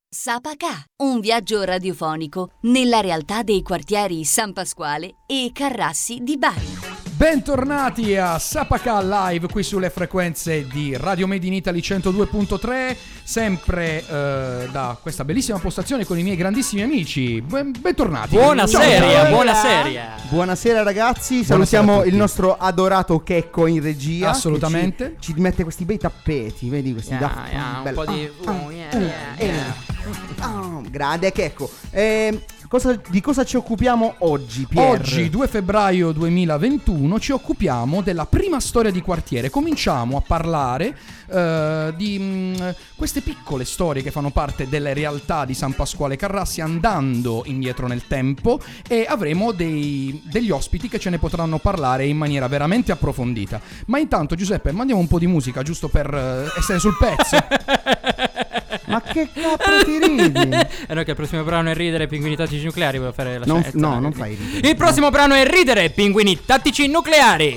Sapacà, un viaggio radiofonico nella realtà dei quartieri San Pasquale e Carrassi di Bari. Bentornati a Sapacà Live qui sulle frequenze di Radio Made in Italy 102.3, sempre da questa bellissima postazione con i miei grandissimi amici. Bentornati. Buonasera ragazzi, salutiamo il nostro adorato Checco in regia. Assolutamente. Ci mette questi bei tappeti, vedi questi un po' di grande Checco. Di cosa ci occupiamo oggi, Pier? Oggi, 2 febbraio 2021, ci occupiamo della prima storia di quartiere. Cominciamo a parlare di queste piccole storie che fanno parte delle realtà di San Pasquale Carrassi, andando indietro nel tempo, e avremo degli ospiti che ce ne potranno parlare in maniera veramente approfondita. Ma intanto, Giuseppe, mandiamo un po' di musica giusto per essere sul pezzo. Ma che cazzo ti ridi? No, che il prossimo brano è Ridere Pinguini Tattici Nucleari. Volevo fare la scelta. No, non fai ridere. Il prossimo brano è Ridere Pinguini Tattici Nucleari.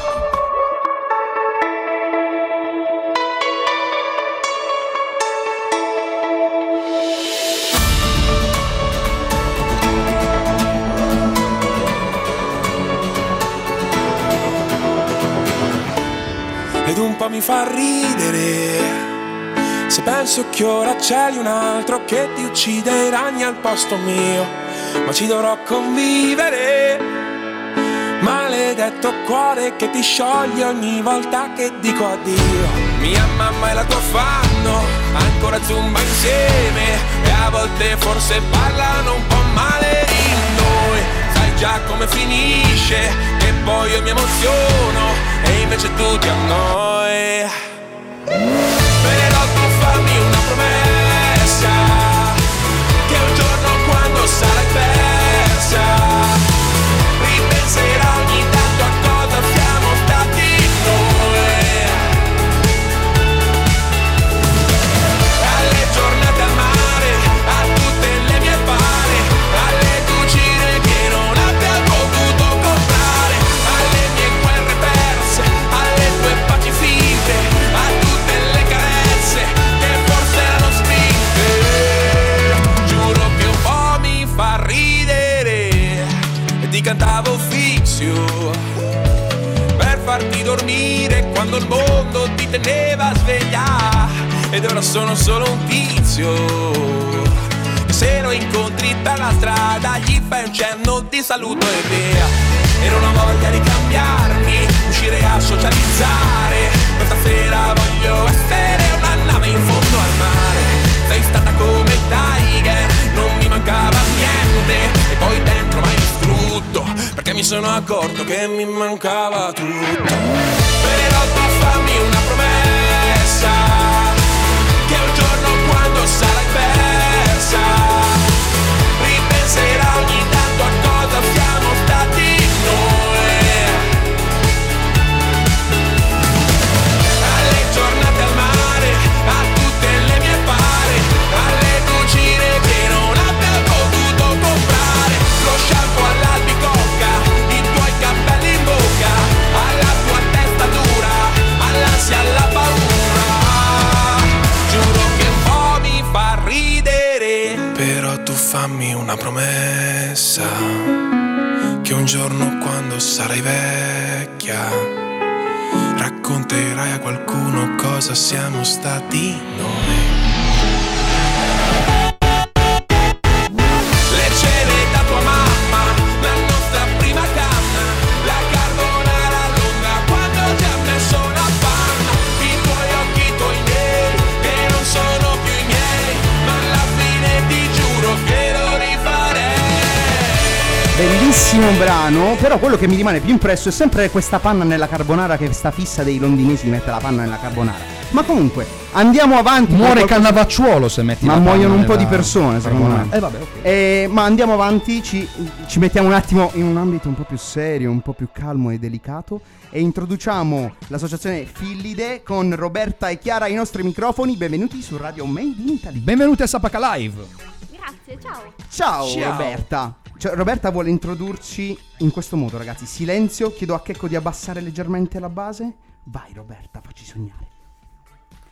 Ed un po' mi fa ridere se penso che ora c'è un altro che ti uccide i ragni al posto mio, ma ci dovrò convivere. Maledetto cuore che ti scioglie ogni volta che dico addio. Mia mamma e la tua fanno ancora zumba insieme, e a volte forse parlano un po' male di noi. Sai già come finisce, che poi io mi emoziono e invece tu ti annoi. Però tu fammi una promessa, che un giorno quando sarai persa ripenserai ogni tanto a cosa siamo stati noi. Alle giornate al mare, a tutte le mie pare, alle cucine che non abbia potuto comprare, alle mie guerre perse, alle tue paci finte, a tutte le carezze che forse erano spinte. Giuro che un po' mi fa ridere, e ti cantavo Fixio per farti dormire quando il mondo ti teneva sveglia. Ed ora sono solo un tizio che se lo incontri per la strada gli fai un cenno di saluto e via. E non ho voglia di cambiarmi, uscire a socializzare. Questa sera voglio essere una nave in fondo al mare. Sei stata come Tiger, non mi mancava niente, e poi dentro m'hai distrutto, perché mi sono accorto che mi mancava tutto. Però tu fammi una promessa, che un giorno quando sarai persa ripenserai ogni tanto a cosa siamo stati noi. Alle giornate al mare, a tutte le mie pare, alle cucine che non abbia potuto comprare, lo shampoo all'albicocca, i tuoi capelli in bocca, alla tua testa dura, all'ansia, alla paura. Giuro che un po' mi fa ridere, però tu fammi una promessa, che un giorno quando sarai vecchia racconterai a qualcuno cosa siamo stati noi. Le cene da tua mamma, la nostra prima canna, la carbonara lunga quando ti ha messo la panna, i tuoi occhi, i tuoi miei, che non sono più i miei, ma alla fine ti giuro che lo rifarei. Bellissimo brano, però quello che mi rimane più impresso è sempre questa panna nella carbonara, che sta fissa dei londinesi, mette la panna nella carbonara. Ma comunque, andiamo avanti. Muore Cannavacciuolo se metti ma la panna muoiono un po' di nella persone, secondo me. vabbè, ok. Ma andiamo avanti, ci mettiamo un attimo in un ambito un po' più serio, un po' più calmo e delicato, e introduciamo l'associazione Fillide con Roberta e Chiara ai nostri microfoni. Benvenuti su Radio Made in Italy. Benvenuti a Sapacà Live. Grazie, ciao. Ciao. Roberta. Roberta vuole introdurci in questo modo, ragazzi. Silenzio, chiedo a Checco di abbassare leggermente la base. Vai Roberta, facci sognare.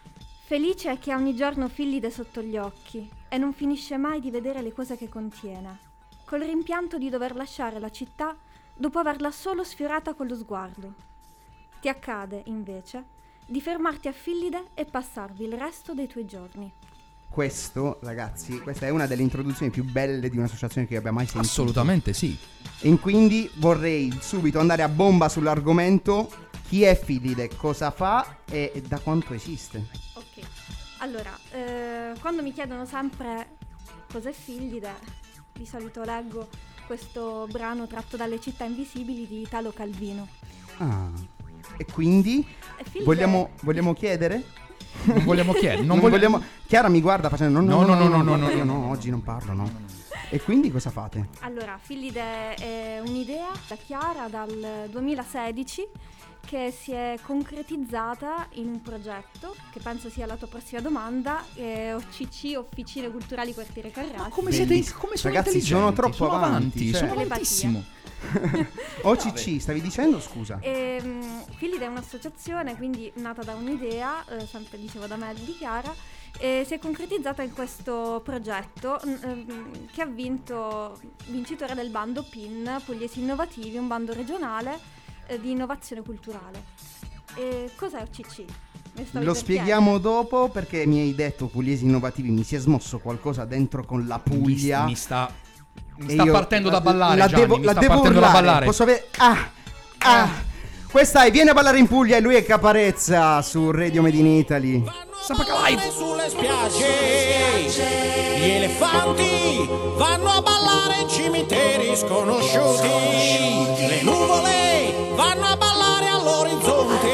Felice è chi ha ogni giorno Fillide sotto gli occhi e non finisce mai di vedere le cose che contiene, col rimpianto di dover lasciare la città dopo averla solo sfiorata con lo sguardo. Ti accade, invece, di fermarti a Fillide e passarvi il resto dei tuoi giorni. Questo, ragazzi, questa è una delle introduzioni più belle di un'associazione che abbia mai sentito. Assolutamente sì. E quindi vorrei subito andare a bomba sull'argomento. Chi è Fillide, cosa fa e da quanto esiste? Ok, allora, quando mi chiedono sempre cos'è Fillide, di solito leggo questo brano tratto dalle Città Invisibili di Italo Calvino. Ah, e quindi vogliamo chiedere? Non vogliamo chiedere, non vogliamo. Chiara mi guarda facendo no, oggi non parlo, no. E quindi cosa fate? Allora, Fillide è un'idea da Chiara dal 2016 che si è concretizzata in un progetto che penso sia la tua prossima domanda, OCC, Officine Culturali Quartiere Carrassi. Ma come sono Ragazzi, intelligenti? sono troppo avanti, sono cioè. avantissimo. OCC, stavi dicendo, scusa? Fillide è un'associazione, quindi nata da un'idea, sempre dicevo da me e di Chiara, e si è concretizzata in questo progetto che ha vinto vincitore del bando PIN, Pugliesi Innovativi, un bando regionale di innovazione culturale. E cos'è OCC? Lo spieghiamo dopo, perché mi hai detto Pugliesi Innovativi, mi si è smosso qualcosa dentro con la Puglia. Mi sta partendo da ballare, Gianni, la devo urlare. Da ballare. Posso avere questa è Viene a ballare in Puglia e lui è Caparezza su Radio Made in Italy. Sapaca Live. Sulle spiagge gli elefanti vanno a ballare in cimiteri sconosciuti, le nuvole vanno a ballare all'orizzonte,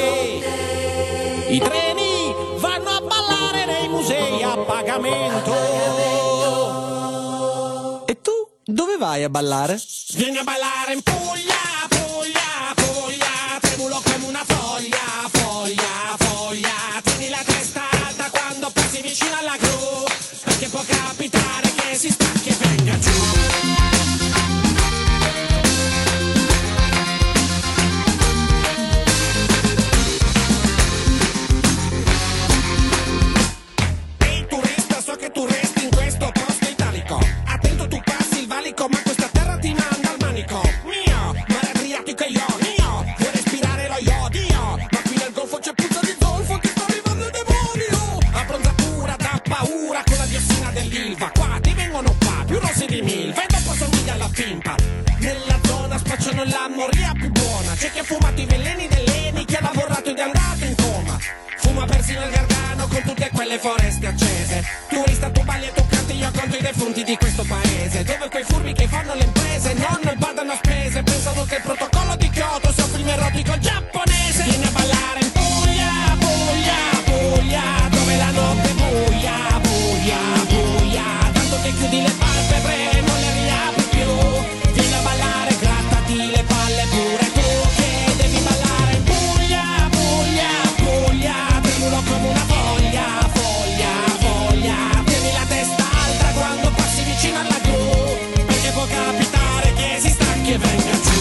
i treni vanno a ballare nei musei a pagamento. E tu dove vai a ballare? Vieni a ballare in Puglia, Puglia, Puglia, tremulo come una foglia, foglia, foglia, tieni la testa alta quando passi vicino alla gru, perché può capitare che si stacchi e venga giù. Ehi turista, so che tu resti in questo posto italico, attento tu passi il valico ma questa terra ti manda al manico. Mio, mare Adriatico e io, vuoi respirare lo iodio, ma qui nel golfo c'è puzza di zolfo, ti sta arrivando il demonio. Abbronzatura da paura con la diossina dell'Ilva, qua ti vengono qua più rossi di milva e dopo somiglia alla pimpa. Nella zona spacciano la moria più buona, c'è chi ha fumato i veleni dell'Eni, chi ha lavorato ed è andato in coma, fuma persino il Gargano con tutte quelle foreste accese. Turista tu balli e tu canti, io conto i defunti di questo paese, dove quei furbi che fanno le imprese non badano a spese, pensano che il protocollo di Kyoto sia un film erotico giapponese. Vieni a ballare in Puglia, Puglia, Puglia, dove la notte è buia, buia, buia, tanto che chiudi le palpebre non le riapri più. Vieni a ballare, grattati le palle pure tu, che devi ballare in Puglia, Puglia, Puglia, tremulo come una foglia, foglia, foglia, tieni la testa alta quando passi vicino alla gru, perché può capitare che si stacchi e venga giù.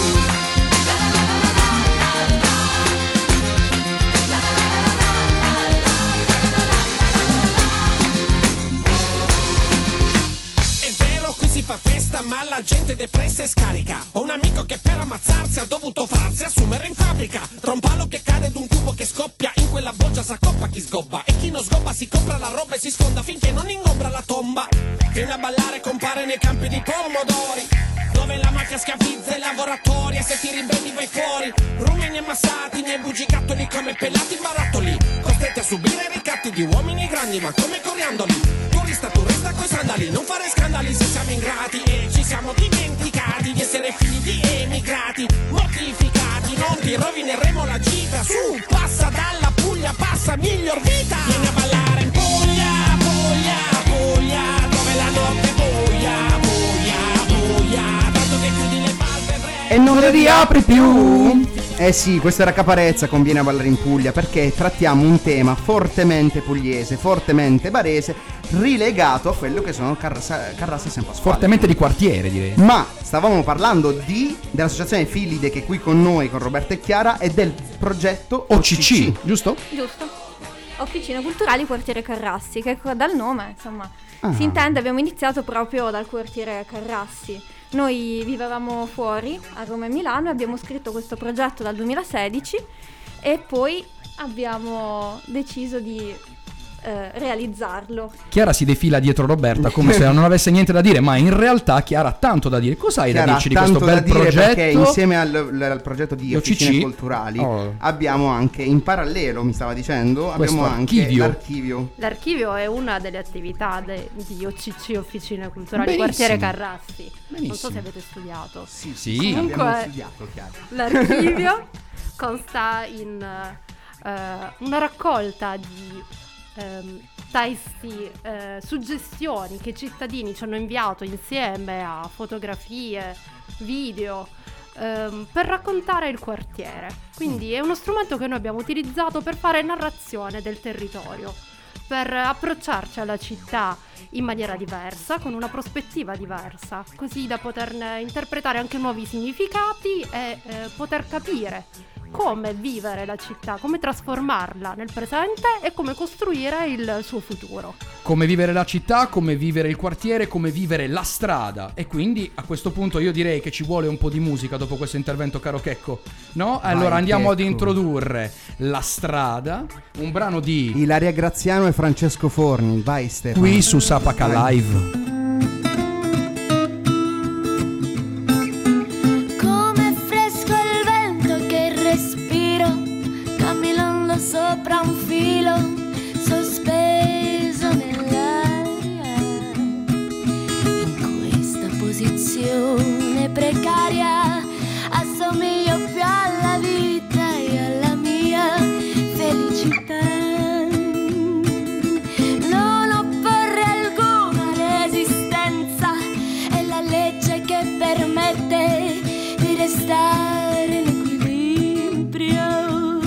È vero, qui si fa festa ma la gente depressa e scarica. Ho un amico che per ammazzarsi ha dovuto farsi assumere in fabbrica. Tra un palo che cade ed un tubo che scoppia, in quella boccia s'accoppa chi sgobba, e chi non sgobba si compra la roba e si sfonda finché non ingombra la tomba. Viene a ballare, compare nei campi di pomodori, dove la mafia schiavizza i lavoratori, e se ti ribelli vai fuori. Rumeni ammassati nei bugigattoli come pelati in barattoli, costretti a subire ricatti di uomini grandi ma come coriandoli. Turista, tu resta coi sandali, non fare scandali se siamo ingrati, e ci siamo dimenticati di essere figli di emigrati, mortificati, non ti rovineremo la gita. Su, passa dalla Puglia, passa miglior vita. Vieni a ballare in Puglia, Puglia, Puglia, dove la notte è buia, buia, buia, tanto che chiudi le palpebre E non le riapri più. Eh sì, questo era Caparezza con Viene a ballare in Puglia, perché trattiamo un tema fortemente pugliese, fortemente barese, rilegato a quello che sono Carrassa e San Pasquale. Fortemente di quartiere, direi. Ma stavamo parlando dell'associazione Fillide che è qui con noi, con Roberta e Chiara, e del progetto OCC, giusto? Giusto. Officine Culturali Quartiere Carrassi, che dal nome, insomma, si intende, abbiamo iniziato proprio dal quartiere Carrassi. Noi vivevamo fuori, a Roma e Milano, e abbiamo scritto questo progetto dal 2016 e poi abbiamo deciso di realizzarlo. Chiara si defila dietro Roberta come se non avesse niente da dire, ma in realtà Chiara ha tanto da dire. Cosa hai da dirci di questo bel progetto? Perché insieme al progetto di Officine Culturali abbiamo anche, in parallelo mi stava dicendo, abbiamo anche l'archivio. L'archivio è una delle attività di OCC, Officine Culturali Benissimo. Quartiere Carrassi. Benissimo. Non so se avete studiato. Sì. Comunque, abbiamo studiato, Chiara. L'archivio consta in una raccolta di testi, suggestioni che i cittadini ci hanno inviato insieme a fotografie, video, per raccontare il quartiere. Quindi è uno strumento che noi abbiamo utilizzato per fare narrazione del territorio, per approcciarci alla città in maniera diversa, con una prospettiva diversa, così da poterne interpretare anche nuovi significati e poter capire come vivere la città, come trasformarla nel presente e come costruire il suo futuro. Come vivere la città, come vivere il quartiere, come vivere la strada. E quindi a questo punto io direi che ci vuole un po' di musica dopo questo intervento, caro Checco, no? Allora andiamo ad introdurre La strada, un brano di Ilaria Graziano e Francesco Forni. Vai Stefano. qui su Sapaka Live. Sopra un filo sospeso nell'aria, in questa posizione precaria assomiglio più alla vita e alla mia felicità. Non opporre alcuna resistenza, è la legge che permette di restare in equilibrio.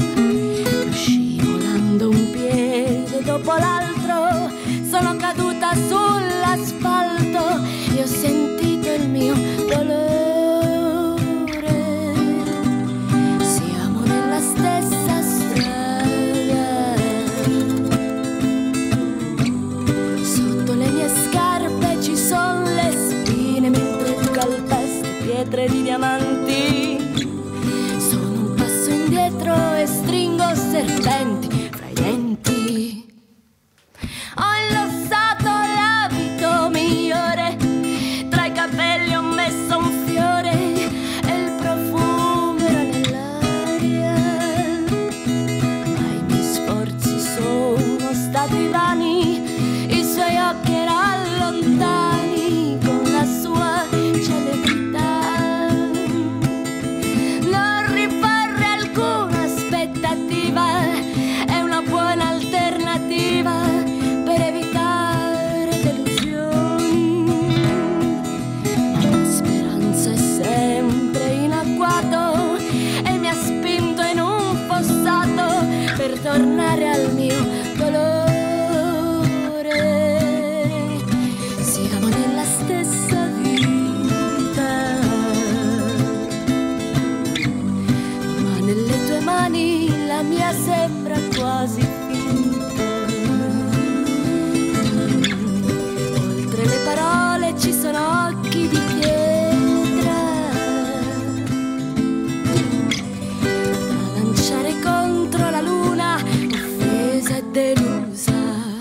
Dopo l'altro sono caduta sull'asfalto e ho sentito il mio dolore. Siamo nella stessa strada, sotto le mie scarpe ci sono le spine mentre tu calpesti pietre di diamanti. Sono un passo indietro e stringo serpenti fra i denti. Ho indossato l'abito migliore, tra i capelli ho messo un fiore e il profumo era nell'aria. Ma i miei sforzi sono stati vani, i suoi occhi erano lontani con la sua celebrità. Non riporre alcuna aspettativa, è una buona alternativa per evitare delusioni. Ma la speranza è sempre in agguato e mi ha spinto in un fossato per tornare al mio dolore. Siamo nella stessa vita, ma nelle tue mani la mia sembra quasi finta. Oltre le parole ci sono occhi di pietra da lanciare contro la luna offesa e delusa.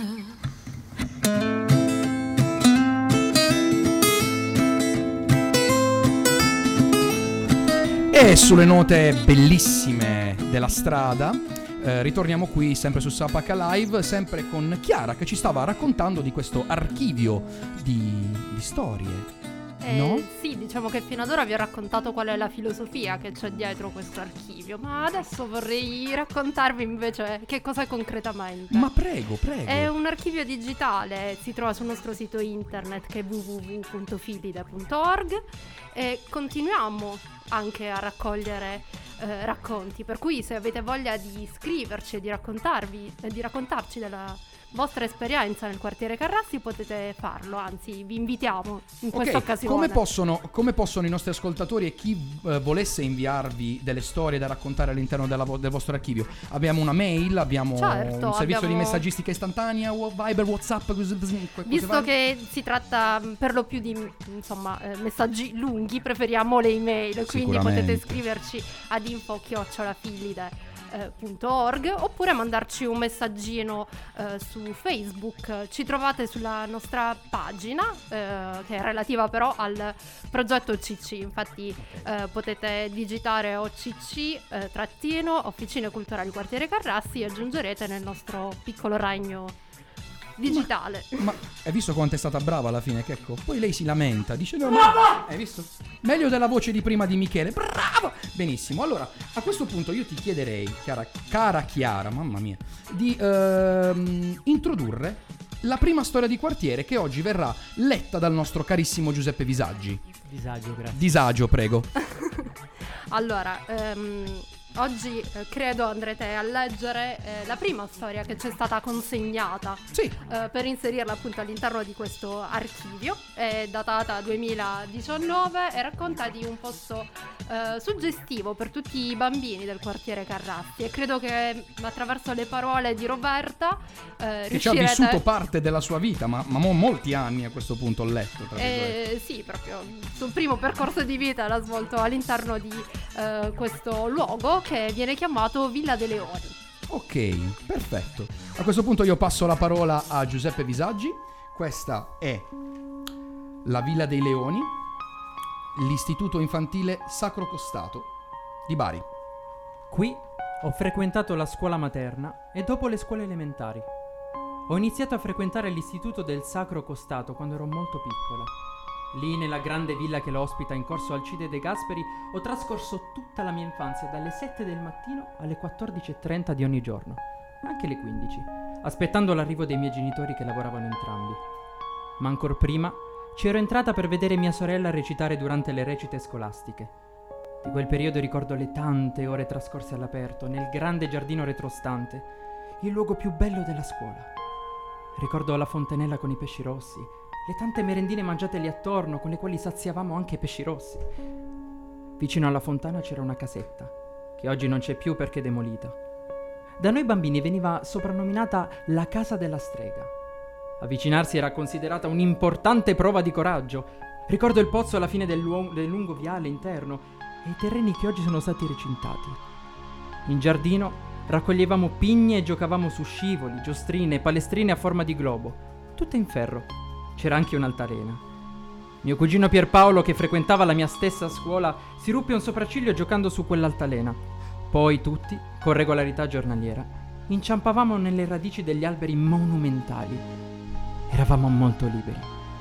E sulle note bellissime della strada ritorniamo qui sempre su Sapaka Live, sempre con Chiara che ci stava raccontando di questo archivio di storie. No? Sì, diciamo che fino ad ora vi ho raccontato qual è la filosofia che c'è dietro questo archivio, ma adesso vorrei raccontarvi invece che cos'è concretamente. Ma prego. È un archivio digitale, si trova sul nostro sito internet che è www.filide.org e continuiamo anche a raccogliere racconti, per cui se avete voglia di scriverci e di raccontarci della vostra esperienza nel quartiere Carrassi potete farlo, anzi vi invitiamo in questa occasione. Come possono i nostri ascoltatori e chi volesse inviarvi delle storie da raccontare all'interno del vostro archivio? Abbiamo una mail, abbiamo un servizio di messaggistica istantanea, Viber, WhatsApp, visto che si tratta per lo più di messaggi lunghi, preferiamo le email, quindi potete scriverci ad info@filide.org oppure mandarci un messaggino su Facebook. Ci trovate sulla nostra pagina che è relativa però al progetto OCC, infatti potete digitare OCC Officine Culturali Quartiere Carrassi e aggiungerete nel nostro piccolo ragno digitale. Ma hai visto quanto è stata brava alla fine, Checco? Poi lei si lamenta, dice no, ma hai visto? Meglio della voce di prima di Michele. Bravo! Benissimo. Allora, a questo punto io ti chiederei, cara Chiara, mamma mia, di introdurre la prima storia di quartiere che oggi verrà letta dal nostro carissimo Giuseppe Visaggi. Disagio, grazie. Disagio, prego. Allora, oggi credo andrete a leggere la prima storia che ci è stata consegnata per inserirla appunto all'interno di questo archivio. È datata 2019 e racconta di un posto suggestivo per tutti i bambini del quartiere Carrassi, e credo che attraverso le parole di Roberta che ci ha vissuto parte della sua vita, ma molti anni a questo punto ho letto. Sì, proprio il suo primo percorso di vita l'ha svolto all'interno di questo luogo che viene chiamato Villa dei Leoni. Ok, perfetto. A questo punto io passo la parola a Giuseppe Visaggi. Questa è la Villa dei Leoni, l'istituto infantile Sacro Costato di Bari. Qui ho frequentato la scuola materna e dopo le scuole elementari. Ho iniziato a frequentare l'istituto del Sacro Costato quando ero molto piccola. Lì, nella grande villa che lo ospita in corso Alcide De Gasperi, ho trascorso tutta la mia infanzia dalle 7 del mattino alle 14:30 di ogni giorno, anche le 15, aspettando l'arrivo dei miei genitori che lavoravano entrambi. Ma ancor prima ci ero entrata per vedere mia sorella recitare durante le recite scolastiche. Di quel periodo ricordo le tante ore trascorse all'aperto, nel grande giardino retrostante, il luogo più bello della scuola. Ricordo la fontanella con i pesci rossi, le tante merendine mangiate lì attorno con le quali saziavamo anche i pesci rossi. Vicino alla fontana c'era una casetta, che oggi non c'è più perché demolita. Da noi bambini veniva soprannominata la casa della strega. Avvicinarsi era considerata un'importante prova di coraggio. Ricordo il pozzo alla fine del lungo viale interno e i terreni che oggi sono stati recintati. In giardino raccoglievamo pigne e giocavamo su scivoli, giostrine e palestrine a forma di globo, tutte in ferro. C'era anche un'altalena. Mio cugino Pierpaolo, che frequentava la mia stessa scuola, si ruppe un sopracciglio giocando su quell'altalena. Poi tutti, con regolarità giornaliera, inciampavamo nelle radici degli alberi monumentali. Eravamo molto liberi.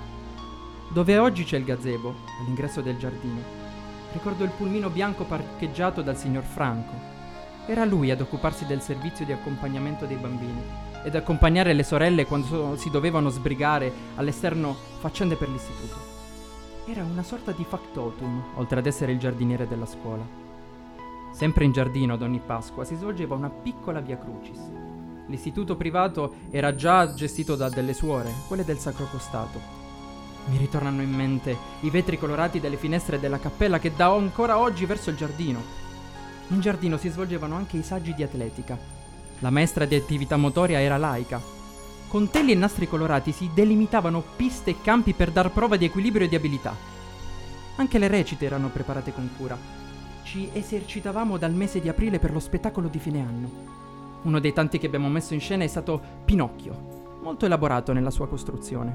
Dove oggi c'è il gazebo, all'ingresso del giardino, ricordo il pulmino bianco parcheggiato dal signor Franco. Era lui ad occuparsi del servizio di accompagnamento dei bambini ed accompagnare le sorelle quando si dovevano sbrigare all'esterno faccende per l'istituto. Era una sorta di factotum, oltre ad essere il giardiniere della scuola. Sempre in giardino ad ogni Pasqua si svolgeva una piccola via crucis. L'istituto privato era già gestito da delle suore, quelle del Sacro Costato. Mi ritornano in mente i vetri colorati delle finestre della cappella che dà ancora oggi verso il giardino. In giardino si svolgevano anche i saggi di atletica. La maestra di attività motoria era laica. Con teli e nastri colorati si delimitavano piste e campi per dar prova di equilibrio e di abilità. Anche le recite erano preparate con cura. Ci esercitavamo dal mese di aprile per lo spettacolo di fine anno. Uno dei tanti che abbiamo messo in scena è stato Pinocchio, molto elaborato nella sua costruzione.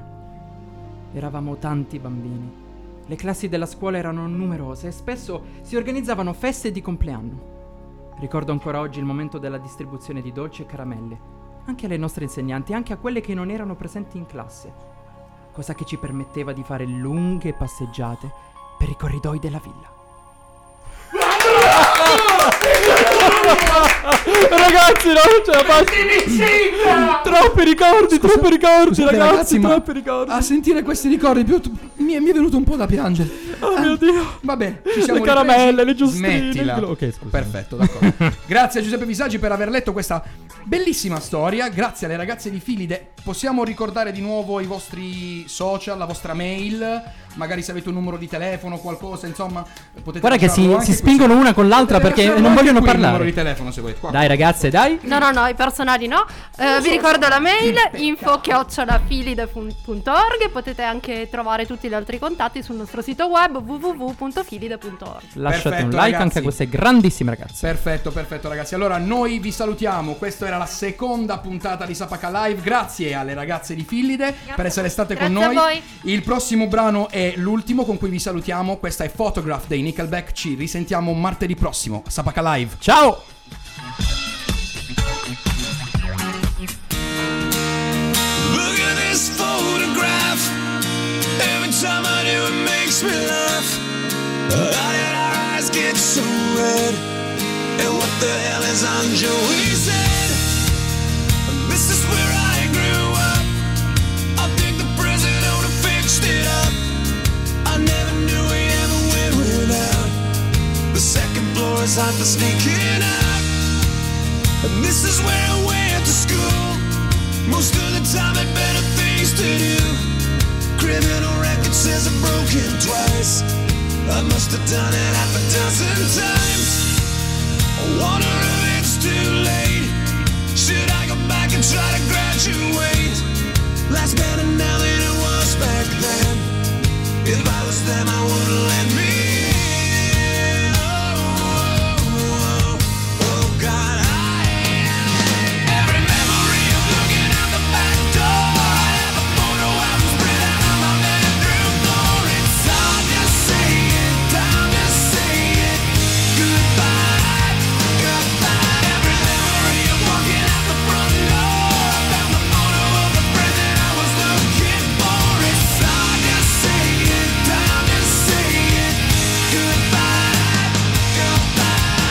Eravamo tanti bambini. Le classi della scuola erano numerose e spesso si organizzavano feste di compleanno. Ricordo ancora oggi il momento della distribuzione di dolci e caramelle, anche alle nostre insegnanti, anche a quelle che non erano presenti in classe, cosa che ci permetteva di fare lunghe passeggiate per i corridoi della villa. Ragazzi, no, non ce la faccio. Troppi ricordi, ragazzi, troppi ricordi. A sentire questi ricordi mi è venuto un po' da piangere. Oh mio Dio. Vabbè, ci siamo Le caramelle, ripresi. le giustine. Smettila. Ok, scusa. Perfetto, d'accordo. Grazie a Giuseppe Visaggi per aver letto questa bellissima storia. Grazie alle ragazze di Filide. Possiamo ricordare di nuovo i vostri social, la vostra mail? Magari se avete un numero di telefono, qualcosa, insomma, potete. Guarda che lasciarlo si anche spingono qui. una con l'altra Potete perché lasciarlo non anche vogliono qui il parlare. numero di telefono se volete. Qua. Dai ragazze, dai. No, i personali no. Vi ricordo la mail info@filide.org. Potete anche trovare tutti gli altri contatti sul nostro sito web www.filide.org. Lasciate Perfetto, un like ragazzi. anche a queste grandissime ragazze. Perfetto ragazzi. Allora noi vi salutiamo. Questa era la seconda puntata di Sapaka Live. Grazie alle ragazze di Fillide per essere state con Grazie noi. a voi. Il prossimo brano è l'ultimo con cui vi salutiamo. Questa è Photograph dei Nickelback. Ci risentiamo martedì prossimo. Sapaka Live. Ciao. Look at this photograph. Every time I do it makes me laugh. How did our eyes get so red? And what the hell is on Joey's head? This is where I grew up. I think the president would have fixed it up. I never knew we ever went without. The second floor is hot for sneaking out. And this is where I went to school. Most of the time had better things to do. Criminal record says I'm broken twice. I must have done it half a dozen times. I wonder if it's too late. Should I go back and try to graduate? Life's better now than it was back then. If I was them, I wouldn't let me in. Oh, God, every memory of looking out the back door. I have a photo album spread out on my bedroom floor. It's hard to say it, time to say it. Goodbye, goodbye. Every memory of walking out the front door. I found the photo of the present I was looking for. It's hard to say it, time to say it. Goodbye, goodbye.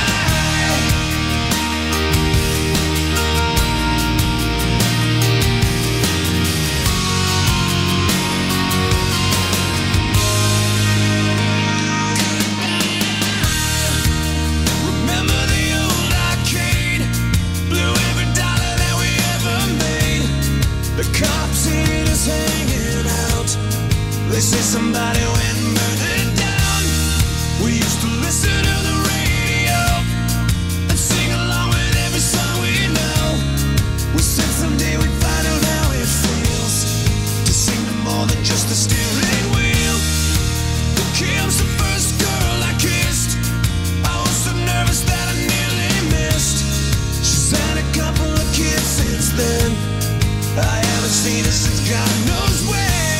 Remember the old arcade? Blew every dollar that we ever made. The cops see us hanging out. They say somebody went and burned it down. We used to listen to the radio and sing along with every song we know. We said someday we'd find out how it feels to sing to more than just the steering wheel. Kim's the first girl I kissed. I was so nervous that I nearly missed. She's had a couple of kids since then. I haven't seen her since God knows when.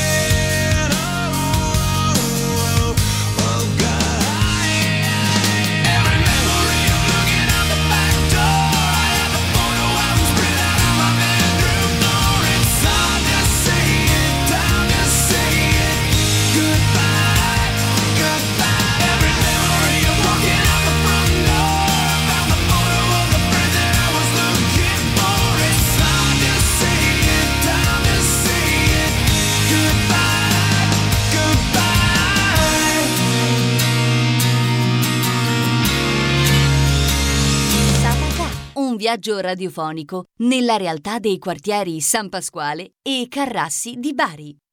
Oh, God. Every memory of looking out the back door. I have a photo album spread out on my bedroom floor. It's hard to say it, time to say it. Goodbye, goodbye. Every memory of walking out the front door. I found the photo of the present I was looking for. It's hard to say it, time to say it. Goodbye, goodbye. Sapaka, un viaggio radiofonico nella realtà dei quartieri San Pasquale e Carrassi di Bari.